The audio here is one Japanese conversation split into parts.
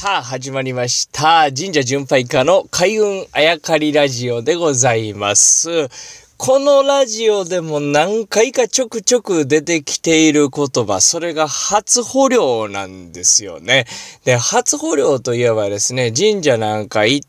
さあ始まりました。神社巡拝家の開運あやかりラジオでございます。このラジオでも何回かちょくちょく出てきている言葉、それが初穂料なんですよね。で、初穂料といえばですね、神社なんか行って、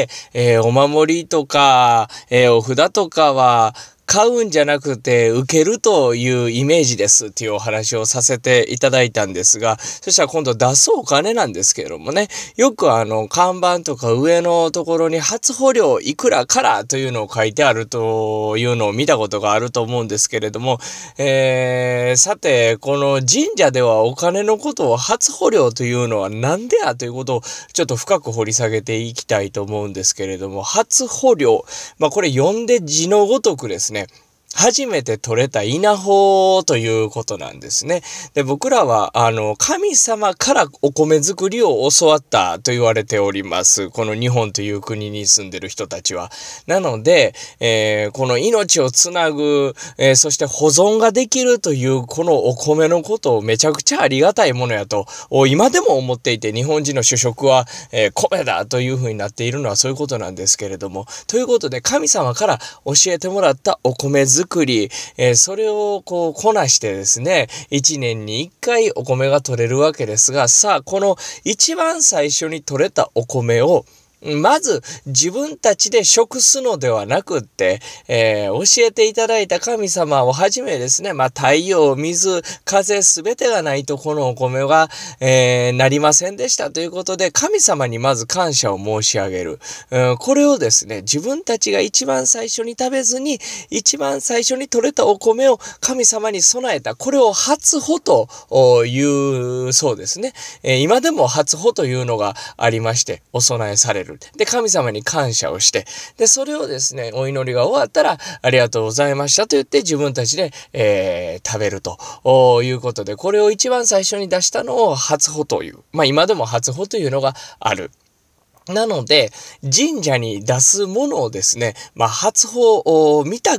お守りとか、お札とかは、買うんじゃなくて受けるというイメージですっていうお話をさせていただいたんですが、そしたら今度出すお金なんですけれどもね、よく看板とか上のところに初穂料いくらからというのを書いてあるというのを見たことがあると思うんですけれども、さて、この神社ではお金のことを初穂料というのはなんでやということをちょっと深く掘り下げていきたいと思うんですけれども、初穂料、これ読んで字のごとくですね、初めて取れた稲穂ということなんですね。で、僕らは、神様からお米作りを教わったと言われております。この日本という国に住んでる人たちは。なので、この命をつなぐ、そして保存ができるというこのお米のことをめちゃくちゃありがたいものやと、今でも思っていて、日本人の主食は、米だというふうになっているのはそういうことなんですけれども。ということで、神様から教えてもらったお米作り、それをこなしてですね、1年に1回お米が取れるわけですが、さあ、この一番最初に取れたお米をまず自分たちで食すのではなくって、教えていただいた神様をはじめですね、太陽、水、風すべてがないとこのお米が、なりませんでしたということで、神様にまず感謝を申し上げる。これをですね、自分たちが一番最初に食べずに、一番最初に取れたお米を神様に備えた。これを初穂というそうですね。今でも初穂というのがありまして、お供えされる。で、神様に感謝をして、で、それをですね、お祈りが終わったら、ありがとうございましたと言って自分たちで、食べるということで、これを一番最初に出したのを初穂という。今でも初穂というのがある。なので、神社に出すものをですね、初穂を見た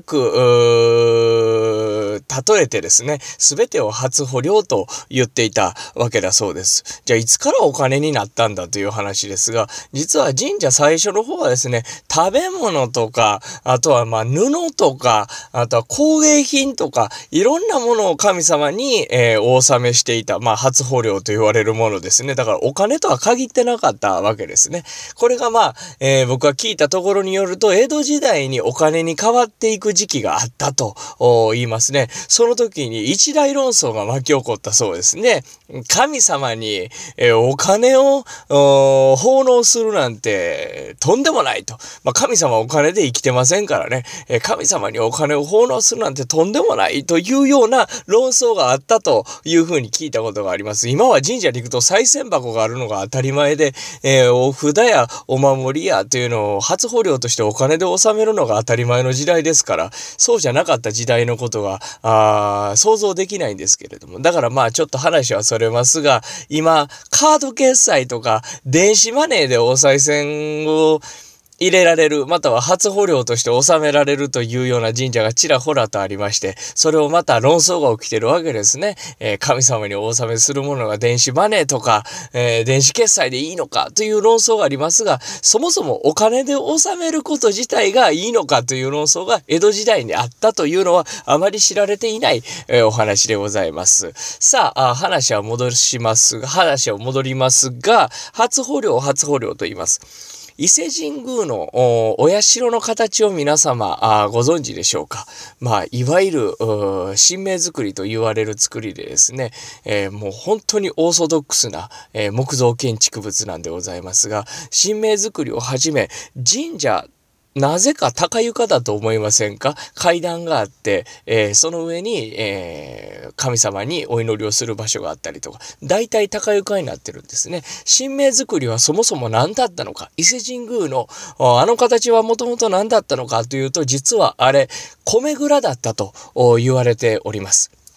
く、例えてですね、すべてを初穂料と言っていたわけだそうです。じゃあ、いつからお金になったんだという話ですが、実は神社最初の方はですね、食べ物とか、あとは布とか、あとは工芸品とか、いろんなものを神様に、お納めしていた、初穂料と言われるものですね。だからお金とは限ってなかったわけですね。これが僕が聞いたところによると、江戸時代にお金に変わっていく時期があったと言いますね。その時に一大論争が巻き起こったそうですね。神様に、お金を奉納するなんてとんでもないと。神様はお金で生きてませんからね。神様にお金を奉納するなんてとんでもないというような論争があったというふうに聞いたことがあります。今は神社に行くと賽銭箱があるのが当たり前で、お札やお守りやというのを初穂料としてお金で納めるのが当たり前の時代ですから、そうじゃなかった時代のことが想像できないんですけれども、だからちょっと話はそれますが、今カード決済とか電子マネーでお賽銭を入れられる、または初穂料として納められるというような神社がちらほらとありまして、それをまた論争が起きてるわけですね。神様にお納めするものが電子マネーとか、電子決済でいいのかという論争がありますが、そもそもお金で納めること自体がいいのかという論争が江戸時代にあったというのはあまり知られていない、お話でございます。さあ、話は戻りますが、初穂料と言います。伊勢神宮のお社の形を皆様ご存知でしょうか。いわゆる神明造りと言われる造りでですね、もう本当にオーソドックスな、木造建築物なんでございますが、神明造りをはじめ神社なぜか高床だと思いませんか？階段があって、その上に、神様にお祈りをする場所があったりとか、大体高床になってるんですね。神明造りはそもそも何だったのか、伊勢神宮のあの形はもともと何だったのかというと、実はあれ米蔵だったと言われております。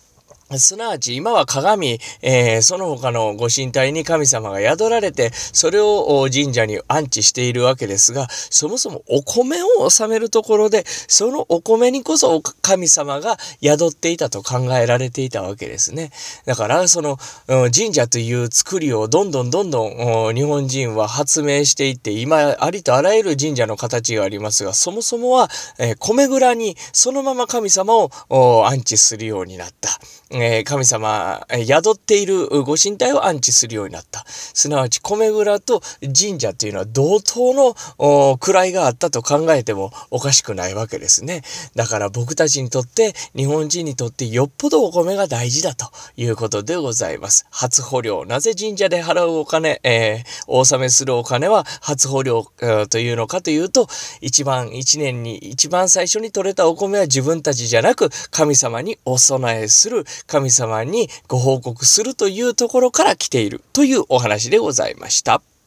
すなわち今は鏡、その他のご神体に神様が宿られて、それを神社に安置しているわけですが、そもそもお米を納めるところで、そのお米にこそ神様が宿っていたと考えられていたわけですね。だからその神社という作りをどんどん日本人は発明していって、今ありとあらゆる神社の形がありますが、そもそもは、米蔵にそのまま神様を安置するようになった。神様、宿っているご神体を安置するようになった。すなわち米蔵と神社というのは同等の位があったと考えてもおかしくないわけですね。だから僕たちにとって、日本人にとってよっぽどお米が大事だということでございます。初穂料。なぜ神社で払うお金、お納めするお金は初穂料、というのかというと、一年に一番最初に取れたお米は自分たちじゃなく神様にお供えする、神様にご報告するというところから来ているというお話でございました。